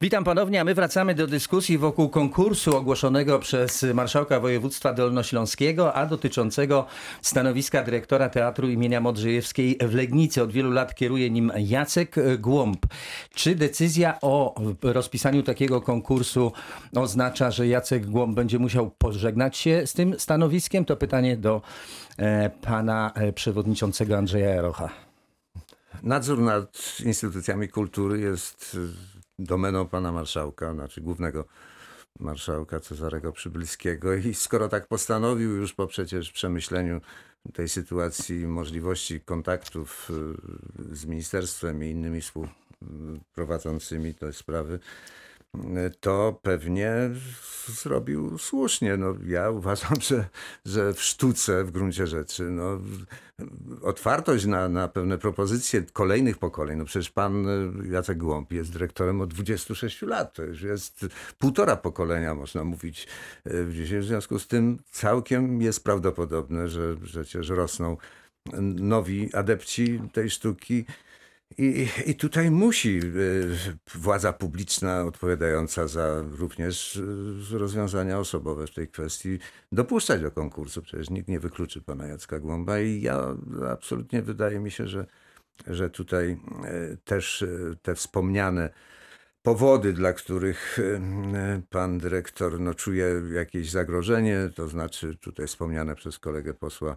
Witam ponownie, a my wracamy do dyskusji wokół konkursu ogłoszonego przez marszałka województwa dolnośląskiego, a dotyczącego stanowiska dyrektora Teatru imienia Modrzejewskiej w Legnicy. Od wielu lat kieruje nim Jacek Głąb. Czy decyzja o rozpisaniu takiego konkursu oznacza, że Jacek Głąb będzie musiał pożegnać się z tym stanowiskiem? To pytanie do pana przewodniczącego Andrzeja Jarocha. Nadzór nad instytucjami kultury jest domeną pana marszałka, znaczy głównego marszałka Cezarego Przybylskiego, i skoro tak postanowił już po przecież przemyśleniu tej sytuacji, możliwości kontaktów z ministerstwem i innymi współprowadzącymi te sprawy, to pewnie zrobił słusznie. No, ja uważam, że w sztuce w gruncie rzeczy otwartość na pewne propozycje kolejnych pokoleń. No przecież pan Jacek Głąb jest dyrektorem od 26 lat. To już jest półtora pokolenia, można mówić dzisiaj. W związku z tym całkiem jest prawdopodobne, że przecież rosną nowi adepci tej sztuki. I tutaj musi władza publiczna odpowiadająca za również rozwiązania osobowe w tej kwestii dopuszczać do konkursu. Przecież nikt nie wykluczy pana Jacka Głąba i ja absolutnie wydaje mi się, że tutaj też te wspomniane powody, dla których pan dyrektor czuje jakieś zagrożenie, to znaczy tutaj wspomniane przez kolegę posła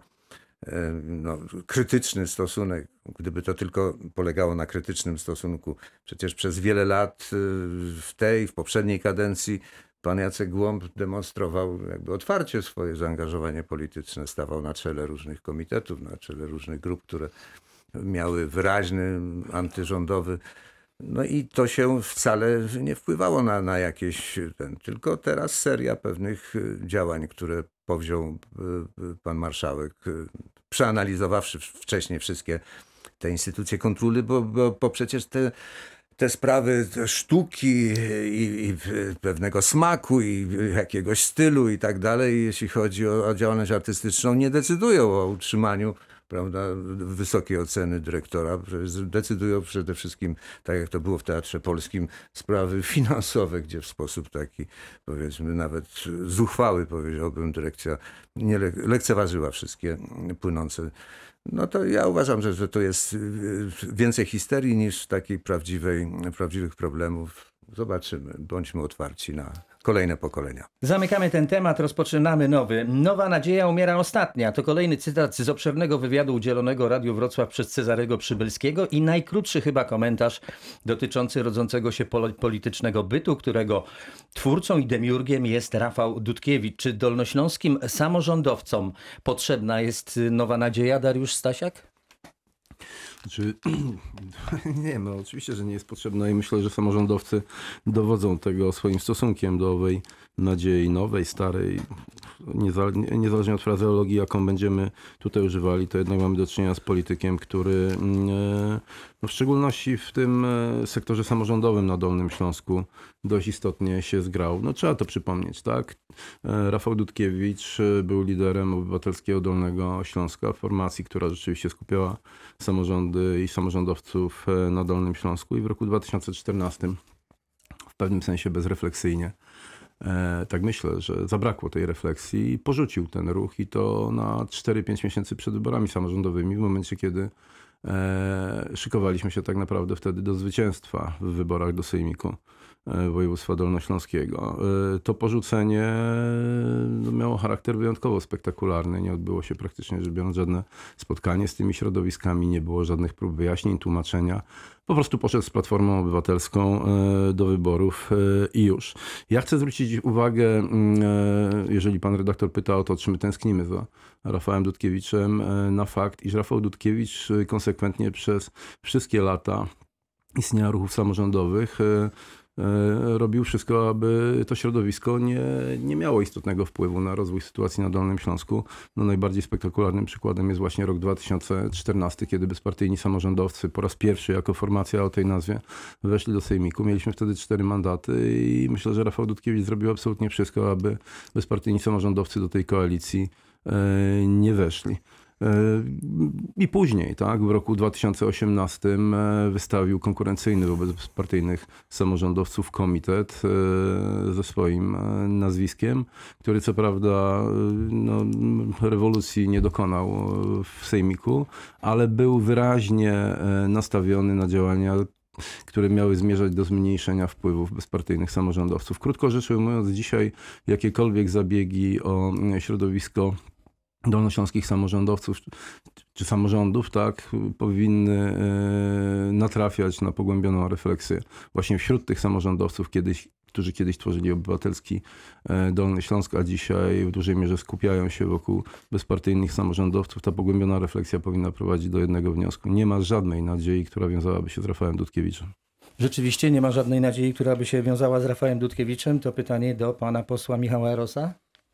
krytyczny stosunek, gdyby to tylko polegało na krytycznym stosunku. Przecież przez wiele lat w poprzedniej kadencji pan Jacek Głąb demonstrował jakby otwarcie swoje zaangażowanie polityczne, stawał na czele różnych komitetów, na czele różnych grup, które miały wyraźny antyrządowy. No i to się wcale nie wpływało na jakieś tylko teraz seria pewnych działań, które powziął pan marszałek, przeanalizowawszy wcześniej wszystkie te instytucje kontroli, bo przecież te sprawy sztuki i pewnego smaku i jakiegoś stylu i tak dalej, jeśli chodzi o działalność artystyczną, nie decydują o utrzymaniu, prawda, wysokiej oceny dyrektora. Decydują przede wszystkim, tak jak to było w Teatrze Polskim, sprawy finansowe, gdzie w sposób taki, powiedzmy, nawet zuchwały, powiedziałbym, dyrekcja nie lekceważyła wszystkie płynące. No to ja uważam, że to jest więcej histerii niż takiej prawdziwych problemów. Zobaczymy. Bądźmy otwarci na kolejne pokolenia. Zamykamy ten temat, rozpoczynamy nowy. Nowa nadzieja umiera ostatnia. To kolejny cytat z obszernego wywiadu udzielonego Radiu Wrocław przez Cezarego Przybylskiego i najkrótszy chyba komentarz dotyczący rodzącego się politycznego bytu, którego twórcą i demiurgiem jest Rafał Dudkiewicz. Czy dolnośląskim samorządowcom potrzebna jest nowa nadzieja, Dariusz Stasiak? Nie, oczywiście, że nie jest potrzebna i myślę, że samorządowcy dowodzą tego swoim stosunkiem do owej nadziei nowej, starej. Niezależnie od frazeologii, jaką będziemy tutaj używali, to jednak mamy do czynienia z politykiem, który w szczególności w tym sektorze samorządowym na Dolnym Śląsku dość istotnie się zgrał. Trzeba to przypomnieć, tak? Rafał Dudkiewicz był liderem Obywatelskiego Dolnego Śląska, formacji, która rzeczywiście skupiała samorządy i samorządowców na Dolnym Śląsku i w roku 2014 w pewnym sensie bezrefleksyjnie, tak myślę, że zabrakło tej refleksji i porzucił ten ruch i to na 4-5 miesięcy przed wyborami samorządowymi, w momencie kiedy szykowaliśmy się tak naprawdę wtedy do zwycięstwa w wyborach do Sejmiku województwa dolnośląskiego. To porzucenie miało charakter wyjątkowo spektakularny. Nie odbyło się praktycznie rzecz biorąc żadne spotkanie z tymi środowiskami, nie było żadnych prób wyjaśnień, tłumaczenia. Po prostu poszedł z Platformą Obywatelską do wyborów i już. Ja chcę zwrócić uwagę, jeżeli pan redaktor pyta o to, czy my tęsknimy za Rafałem Dudkiewiczem, na fakt, iż Rafał Dudkiewicz konsekwentnie przez wszystkie lata istnienia ruchów samorządowych robił wszystko, aby to środowisko nie miało istotnego wpływu na rozwój sytuacji na Dolnym Śląsku. Najbardziej spektakularnym przykładem jest właśnie rok 2014, kiedy bezpartyjni samorządowcy po raz pierwszy jako formacja o tej nazwie weszli do Sejmiku. Mieliśmy wtedy 4 mandaty i myślę, że Rafał Dudkiewicz zrobił absolutnie wszystko, aby bezpartyjni samorządowcy do tej koalicji nie weszli. I później, tak, w roku 2018 wystawił konkurencyjny wobec partyjnych samorządowców komitet ze swoim nazwiskiem, który co prawda no, rewolucji nie dokonał w sejmiku, ale był wyraźnie nastawiony na działania, które miały zmierzać do zmniejszenia wpływów bezpartyjnych samorządowców. Krótko rzecz ujmując, dzisiaj jakiekolwiek zabiegi o środowisko dolnośląskich samorządowców czy samorządów, tak, powinny natrafiać na pogłębioną refleksję właśnie wśród tych samorządowców, którzy kiedyś tworzyli obywatelski Dolny Śląsk, a dzisiaj w dużej mierze skupiają się wokół bezpartyjnych samorządowców. Ta pogłębiona refleksja powinna prowadzić do jednego wniosku. Nie ma żadnej nadziei, która wiązałaby się z Rafałem Dudkiewiczem. Rzeczywiście nie ma żadnej nadziei, która by się wiązała z Rafałem Dudkiewiczem. To pytanie do pana posła Michała Erosa.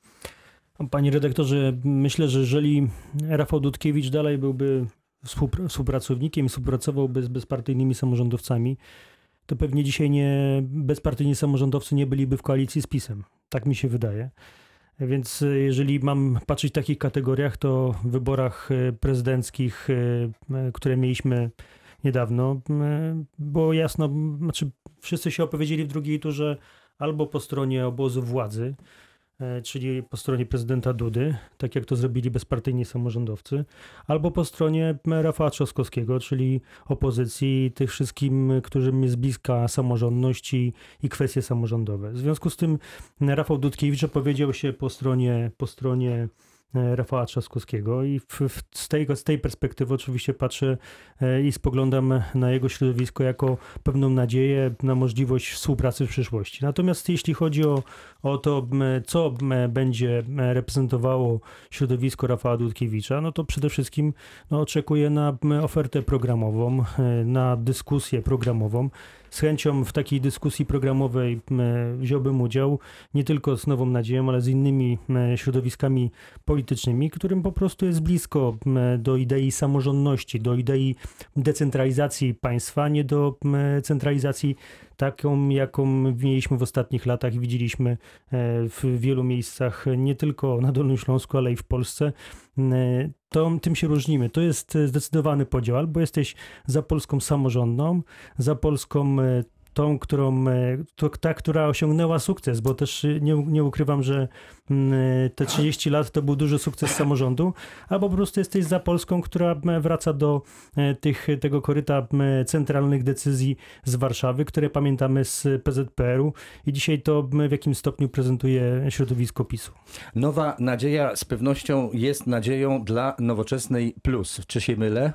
Panie redaktorze, myślę, że jeżeli Rafał Dudkiewicz dalej byłby współpracownikiem i współpracowałby z bezpartyjnymi samorządowcami, to pewnie dzisiaj bezpartyjni samorządowcy nie byliby w koalicji z PiS-em. Tak mi się wydaje. Więc jeżeli mam patrzeć w takich kategoriach, to w wyborach prezydenckich, które mieliśmy niedawno, było jasno, znaczy wszyscy się opowiedzieli w drugiej turze albo po stronie obozu władzy, czyli po stronie prezydenta Dudy, tak jak to zrobili bezpartyjni samorządowcy, albo po stronie Rafała Trzaskowskiego, czyli opozycji, tych wszystkim, którym jest bliska samorządność i kwestie samorządowe. W związku z tym Rafał Dudkiewicz opowiedział się po stronie Rafała Trzaskowskiego i z tej perspektywy oczywiście patrzę i spoglądam na jego środowisko jako pewną nadzieję na możliwość współpracy w przyszłości. Natomiast jeśli chodzi o to, co będzie reprezentowało środowisko Rafała Dudkiewicza, no to przede wszystkim oczekuję na ofertę programową, na dyskusję programową. Z chęcią w takiej dyskusji programowej wziąłbym udział nie tylko z Nową Nadzieją, ale z innymi środowiskami politycznymi, którym po prostu jest blisko do idei samorządności, do idei decentralizacji państwa, nie do centralizacji taką, jaką mieliśmy w ostatnich latach i widzieliśmy w wielu miejscach, nie tylko na Dolnym Śląsku, ale i w Polsce. Tym się różnimy. To jest zdecydowany podział. Albo jesteś za Polską samorządną, za Polską tą, która osiągnęła sukces, bo też nie ukrywam, że te 30 lat to był duży sukces samorządu, albo po prostu jesteś za Polską, która wraca do tego koryta centralnych decyzji z Warszawy, które pamiętamy z PZPR-u i dzisiaj to w jakim stopniu prezentuje środowisko PiS-u. Nowa Nadzieja z pewnością jest nadzieją dla Nowoczesnej Plus. Czy się mylę?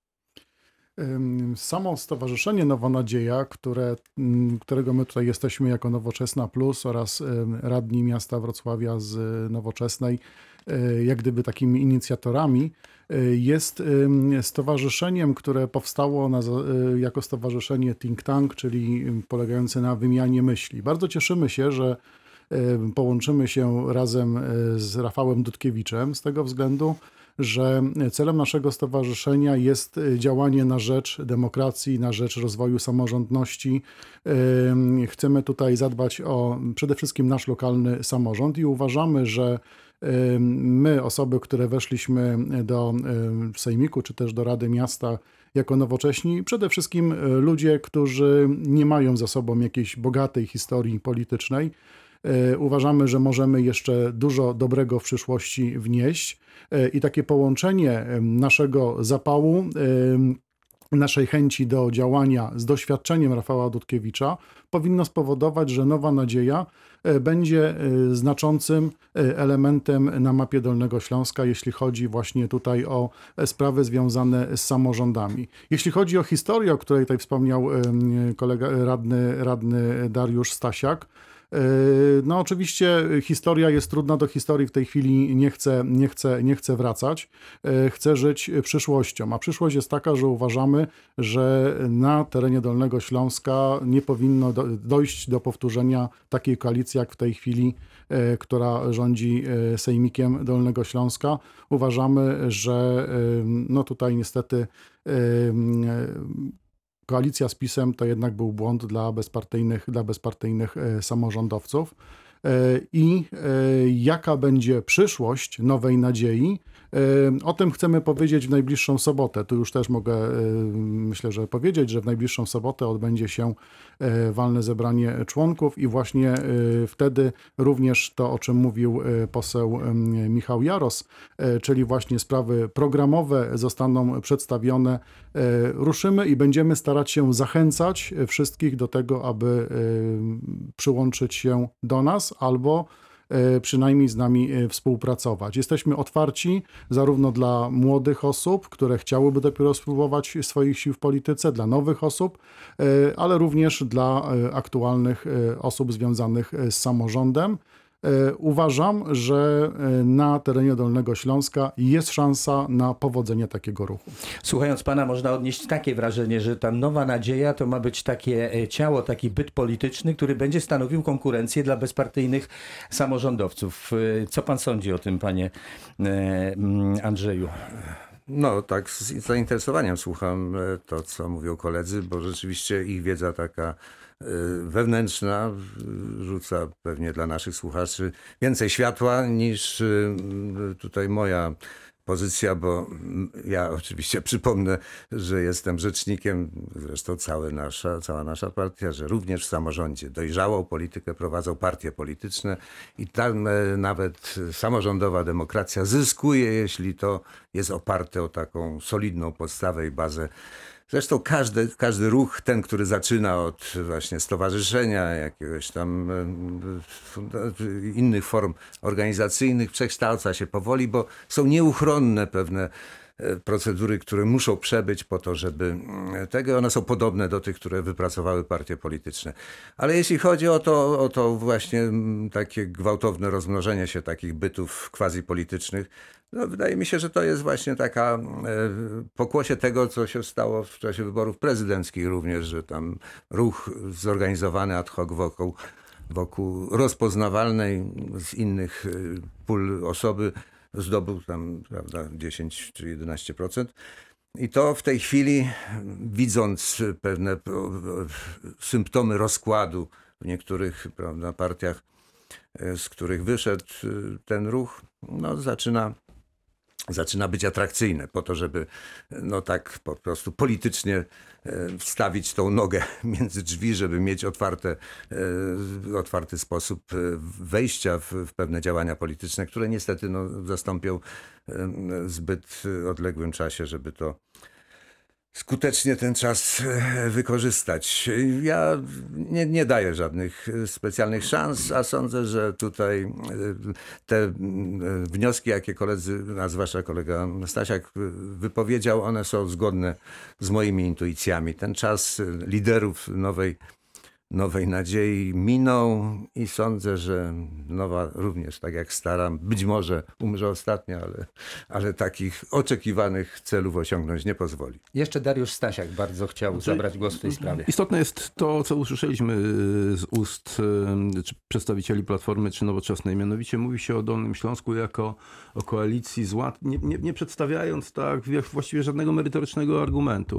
Samo Stowarzyszenie Nowa Nadzieja, którego my tutaj jesteśmy jako Nowoczesna Plus oraz radni miasta Wrocławia z Nowoczesnej, jak gdyby takimi inicjatorami, jest stowarzyszeniem, które powstało jako stowarzyszenie think tank, czyli polegające na wymianie myśli. Bardzo cieszymy się, że połączymy się razem z Rafałem Dudkiewiczem z tego względu, że celem naszego stowarzyszenia jest działanie na rzecz demokracji, na rzecz rozwoju samorządności. Chcemy tutaj zadbać o przede wszystkim nasz lokalny samorząd i uważamy, że my, osoby, które weszliśmy do sejmiku czy też do Rady Miasta jako nowocześni, przede wszystkim ludzie, którzy nie mają za sobą jakiejś bogatej historii politycznej, uważamy, że możemy jeszcze dużo dobrego w przyszłości wnieść i takie połączenie naszego zapału, naszej chęci do działania z doświadczeniem Rafała Dudkiewicza powinno spowodować, że Nowa Nadzieja będzie znaczącym elementem na mapie Dolnego Śląska, jeśli chodzi właśnie tutaj o sprawy związane z samorządami. Jeśli chodzi o historię, o której tutaj wspomniał kolega radny Dariusz Stasiak, no oczywiście historia jest trudna, do historii w tej chwili nie chcę wracać. Chcę żyć przyszłością, a przyszłość jest taka, że uważamy, że na terenie Dolnego Śląska nie powinno dojść do powtórzenia takiej koalicji jak w tej chwili, która rządzi Sejmikiem Dolnego Śląska. Uważamy, że no tutaj niestety koalicja z PiS-em to jednak był błąd dla bezpartyjnych samorządowców. I jaka będzie przyszłość Nowej Nadziei, O tym chcemy powiedzieć w najbliższą sobotę. Tu już też mogę, myślę, że powiedzieć, że w najbliższą sobotę odbędzie się walne zebranie członków i właśnie wtedy również to, o czym mówił poseł Michał Jaros, czyli właśnie sprawy programowe zostaną przedstawione. Ruszymy i będziemy starać się zachęcać wszystkich do tego, aby przyłączyć się do nas albo przynajmniej z nami współpracować. Jesteśmy otwarci zarówno dla młodych osób, które chciałyby dopiero spróbować swoich sił w polityce, dla nowych osób, ale również dla aktualnych osób związanych z samorządem. Uważam, że na terenie Dolnego Śląska jest szansa na powodzenie takiego ruchu. Słuchając pana, można odnieść takie wrażenie, że ta Nowa Nadzieja to ma być takie ciało, taki byt polityczny, który będzie stanowił konkurencję dla bezpartyjnych samorządowców. Co pan sądzi o tym, panie Andrzeju? No tak, z zainteresowaniem słucham to, co mówią koledzy, bo rzeczywiście ich wiedza taka wewnętrzna rzuca pewnie dla naszych słuchaczy więcej światła niż tutaj moja pozycja, bo ja oczywiście przypomnę, że jestem rzecznikiem, zresztą cała nasza partia, że również w samorządzie dojrzałą politykę prowadzą partie polityczne i tam nawet samorządowa demokracja zyskuje, jeśli to jest oparte o taką solidną podstawę i bazę. Zresztą każdy ruch, ten, który zaczyna od właśnie stowarzyszenia, jakiegoś tam innych form organizacyjnych, przekształca się powoli, bo są nieuchronne pewne procedury, które muszą przebyć po to, żeby tego, one są podobne do tych, które wypracowały partie polityczne. Ale jeśli chodzi o to właśnie takie gwałtowne rozmnożenie się takich bytów quasi-politycznych, no, wydaje mi się, że to jest właśnie taka pokłosie tego, co się stało w czasie wyborów prezydenckich również, że tam ruch zorganizowany ad hoc wokół rozpoznawalnej z innych pól osoby zdobył tam, prawda, 10 czy 11%. I to w tej chwili, widząc pewne symptomy rozkładu w niektórych, prawda, partiach, z których wyszedł ten ruch, no, zaczyna być atrakcyjne po to, żeby no tak po prostu politycznie wstawić tą nogę między drzwi, żeby mieć otwarty sposób wejścia w pewne działania polityczne, które niestety no, zastąpią w zbyt odległym czasie, żeby to skutecznie ten czas wykorzystać. Ja nie daję żadnych specjalnych szans, a sądzę, że tutaj te wnioski, jakie koledzy, a zwłaszcza kolega Stasiak wypowiedział, one są zgodne z moimi intuicjami. Ten czas liderów Nowej Nadziei minął i sądzę, że nowa również, tak jak stara, być może umrze ostatnia, ale takich oczekiwanych celów osiągnąć nie pozwoli. Jeszcze Dariusz Stasiak bardzo chciał zabrać głos w tej sprawie. Istotne jest to, co usłyszeliśmy z ust czy przedstawicieli Platformy czy Nowoczesnej. Mianowicie mówi się o Dolnym Śląsku jako o koalicji nie przedstawiając tak właściwie żadnego merytorycznego argumentu.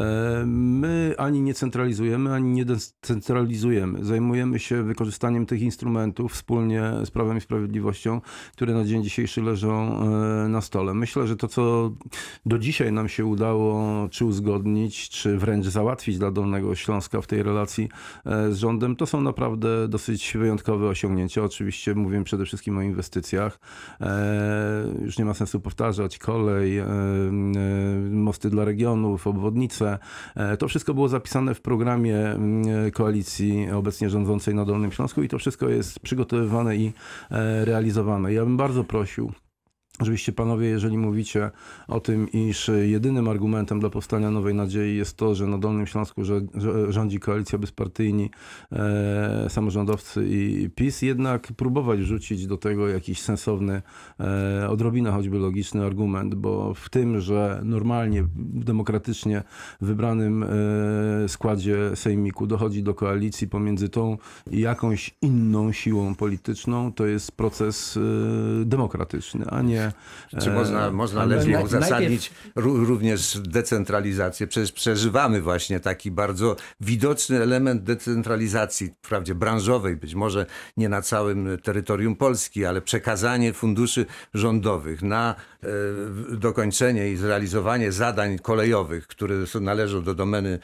My ani nie centralizujemy, ani nie decentralizujemy. Zajmujemy się wykorzystaniem tych instrumentów wspólnie z Prawem i Sprawiedliwością, które na dzień dzisiejszy leżą na stole. Myślę, że to, co do dzisiaj nam się udało czy uzgodnić, czy wręcz załatwić dla Dolnego Śląska w tej relacji z rządem, to są naprawdę dosyć wyjątkowe osiągnięcia. Oczywiście mówię przede wszystkim o inwestycjach. Już nie ma sensu powtarzać. Kolej, mosty dla regionów, obwodnice. To wszystko było zapisane w programie koalicji obecnie rządzącej na Dolnym Śląsku i to wszystko jest przygotowywane i realizowane. Ja bym bardzo prosił, żebyście panowie, jeżeli mówicie o tym, iż jedynym argumentem dla powstania Nowej Nadziei jest to, że na Dolnym Śląsku rządzi koalicja bezpartyjni, samorządowcy i PiS, jednak próbować wrzucić do tego jakiś sensowny, odrobinę choćby logiczny argument, bo w tym, że normalnie, demokratycznie wybranym składzie sejmiku dochodzi do koalicji pomiędzy tą i jakąś inną siłą polityczną, to jest proces demokratyczny, a nie nie... Czy można ale lepiej najpierw- uzasadnić również decentralizację? Przecież przeżywamy właśnie taki bardzo widoczny element decentralizacji, wprawdzie branżowej, być może nie na całym terytorium Polski, ale przekazanie funduszy rządowych na dokończenie i zrealizowanie zadań kolejowych, które należą do domeny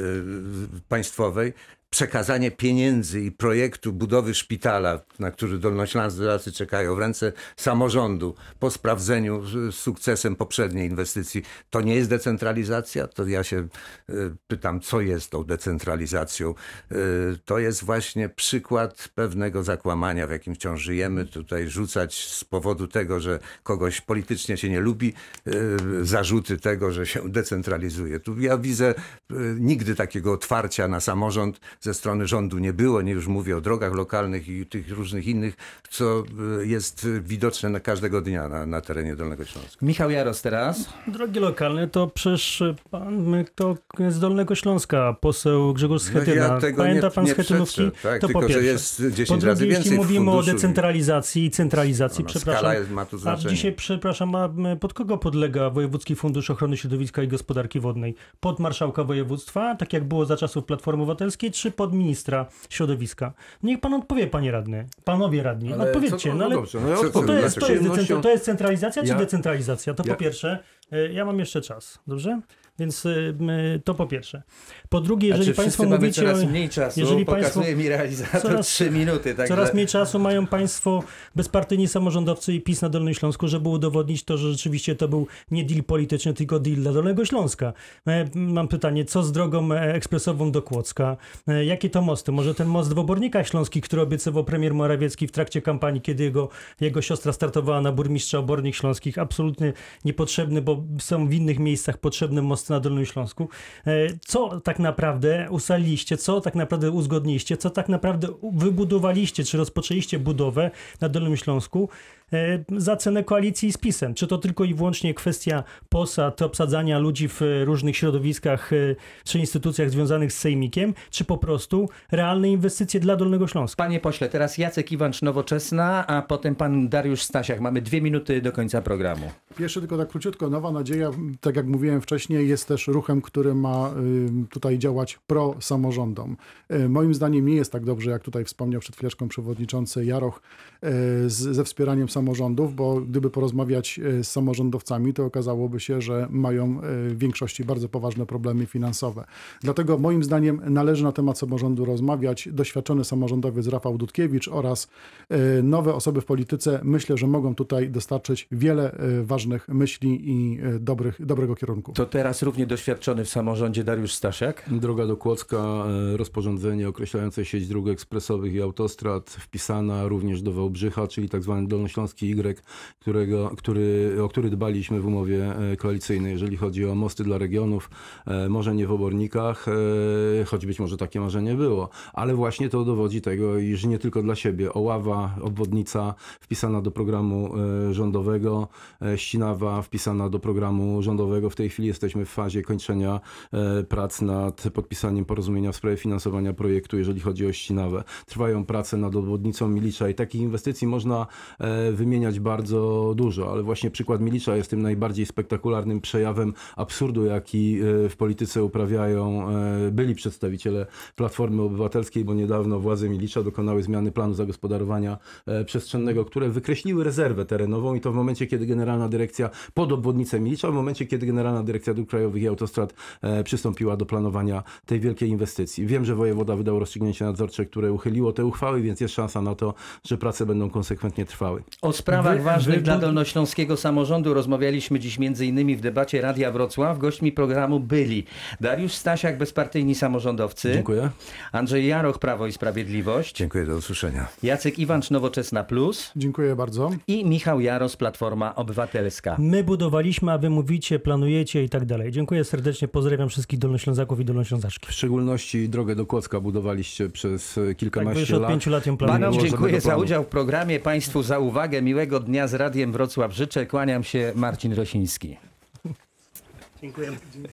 państwowej, przekazanie pieniędzy i projektu budowy szpitala, na który dolnośląscy czekają, w ręce samorządu po sprawdzeniu z sukcesem poprzedniej inwestycji. To nie jest decentralizacja? To ja się pytam, co jest tą decentralizacją? To jest właśnie przykład pewnego zakłamania, w jakim wciąż żyjemy. Tutaj rzucać z powodu tego, że kogoś politycznie się nie lubi, zarzuty tego, że się decentralizuje. Tu ja widzę nigdy takiego otwarcia na samorząd ze strony rządu nie było, nie już mówię o drogach lokalnych i tych różnych innych, co jest widoczne każdego dnia na terenie Dolnego Śląska. Michał Jaros teraz. Drogi lokalne, to przecież pan to z Dolnego Śląska, poseł Grzegorz Schetyna. Pamięta pan Schetynówki? Tak, To tylko po że pierwsze. jest Po 10 drugie, razy więcej jeśli mówimy o funduszy. decentralizacji i centralizacji, przepraszam. Skala ma tu A znaczenie. dzisiaj, przepraszam, a pod kogo podlega Wojewódzki Fundusz Ochrony Środowiska i Gospodarki Wodnej? Pod marszałka województwa, tak jak było za czasów Platformy Obywatelskiej, czy pod ministra środowiska? Niech pan odpowie, panie radny. Panowie radni, odpowiedzcie. Dobrze, no ja Co- odpowiem. To jest centralizacja czy Ja- decentralizacja? To Ja- po pierwsze, ja mam jeszcze czas, dobrze? Więc to po pierwsze. Po drugie, jeżeli Znaczy, państwo wszyscy mamy mówicie... coraz mniej czasu, jeżeli pokazuje państwo- mi realizator coraz- 3 minuty. Także... Coraz mniej czasu mają państwo bezpartyjni samorządowcy i PiS na Dolnym Śląsku, żeby udowodnić to, że rzeczywiście to był nie deal polityczny, tylko deal dla Dolnego Śląska. Mam pytanie, co z drogą ekspresową do Kłodzka? Jakie to mosty? Może ten most w Obornikach Śląskich, który obiecywał premier Morawiecki w trakcie kampanii, kiedy jego siostra startowała na burmistrza Obornik Śląskich? Absolutnie niepotrzebny, bo są w innych miejscach potrzebne mosty na Dolnym Śląsku. Co tak naprawdę ustaliliście, co tak naprawdę uzgodniliście, co tak naprawdę wybudowaliście, czy rozpoczęliście budowę na Dolnym Śląsku za cenę koalicji z PiS-em? Czy to tylko i wyłącznie kwestia posad, obsadzania ludzi w różnych środowiskach czy instytucjach związanych z sejmikiem, czy po prostu realne inwestycje dla Dolnego Śląska? Panie pośle, teraz Jacek Iwancz, Nowoczesna, a potem pan Dariusz Stasiak. Mamy 2 minuty do końca programu. Jeszcze tylko tak króciutko. Nowa Nadzieja, tak jak mówiłem wcześniej, jest też ruchem, który ma tutaj działać pro samorządom. Moim zdaniem nie jest tak dobrze, jak tutaj wspomniał przed chwileczką przewodniczący Jaroch, ze wspieraniem samorządów, bo gdyby porozmawiać z samorządowcami, to okazałoby się, że mają w większości bardzo poważne problemy finansowe. Dlatego moim zdaniem należy na temat samorządu rozmawiać. Doświadczony samorządowiec Rafał Dudkiewicz oraz nowe osoby w polityce, myślę, że mogą tutaj dostarczyć wiele ważnych myśli i dobrego kierunku. To teraz równie doświadczony w samorządzie Dariusz Stasiak. Droga do Kłodzka, rozporządzenie określające sieć dróg ekspresowych i autostrad, wpisana również do Wałbrzycha, czyli tak zwany Dolnośląski Y, o który dbaliśmy w umowie koalicyjnej, jeżeli chodzi o mosty dla regionów, może nie w Obornikach, choć być może takie marzenie było, ale właśnie to dowodzi tego, iż nie tylko dla siebie. Oława, obwodnica wpisana do programu rządowego, Ścinawa wpisana do programu rządowego. W tej chwili jesteśmy w fazie kończenia prac nad podpisaniem porozumienia w sprawie finansowania projektu, jeżeli chodzi o Ścinawę. Trwają prace nad obwodnicą Milicza i takich inwestycji można wymieniać bardzo dużo, ale właśnie przykład Milicza jest tym najbardziej spektakularnym przejawem absurdu, jaki w polityce uprawiają byli przedstawiciele Platformy Obywatelskiej, bo niedawno władze Milicza dokonały zmiany planu zagospodarowania przestrzennego, które wykreśliły rezerwę terenową i to w momencie, kiedy Generalna Dyrekcja pod obwodnicę Milicza, w momencie, kiedy Generalna Dyrekcja Dróg Krajowych i Autostrad przystąpiła do planowania tej wielkiej inwestycji. Wiem, że wojewoda wydał rozstrzygnięcie nadzorcze, które uchyliło te uchwały, więc jest szansa na to, że prace będą konsekwentnie trwały. O sprawach ważnych dla dolnośląskiego samorządu rozmawialiśmy dziś m.in. w debacie Radia Wrocław. Gośćmi programu byli Dariusz Stasiak, bezpartyjni samorządowcy. Dziękuję. Andrzej Jaroch, Prawo i Sprawiedliwość. Dziękuję, do usłyszenia. Jacek Iwancz, Nowoczesna Plus. Dziękuję bardzo. I Michał Jaros, Platforma Obywatelska. My budowaliśmy, a wy mówicie, planujecie i tak dalej. Dziękuję serdecznie, pozdrawiam wszystkich Dolnoślązaków i Dolnoślązaczki. W szczególności drogę do Kłodzka budowaliście przez Tak, bo kilkanaście już od lat. 5 lat ją Panom planujemy. dziękuję żadnego za planu. udział w programie, Państwu za uwagę. Miłego dnia z Radiem Wrocław życzę. Kłaniam się, Marcin Rosiński. Dziękuję.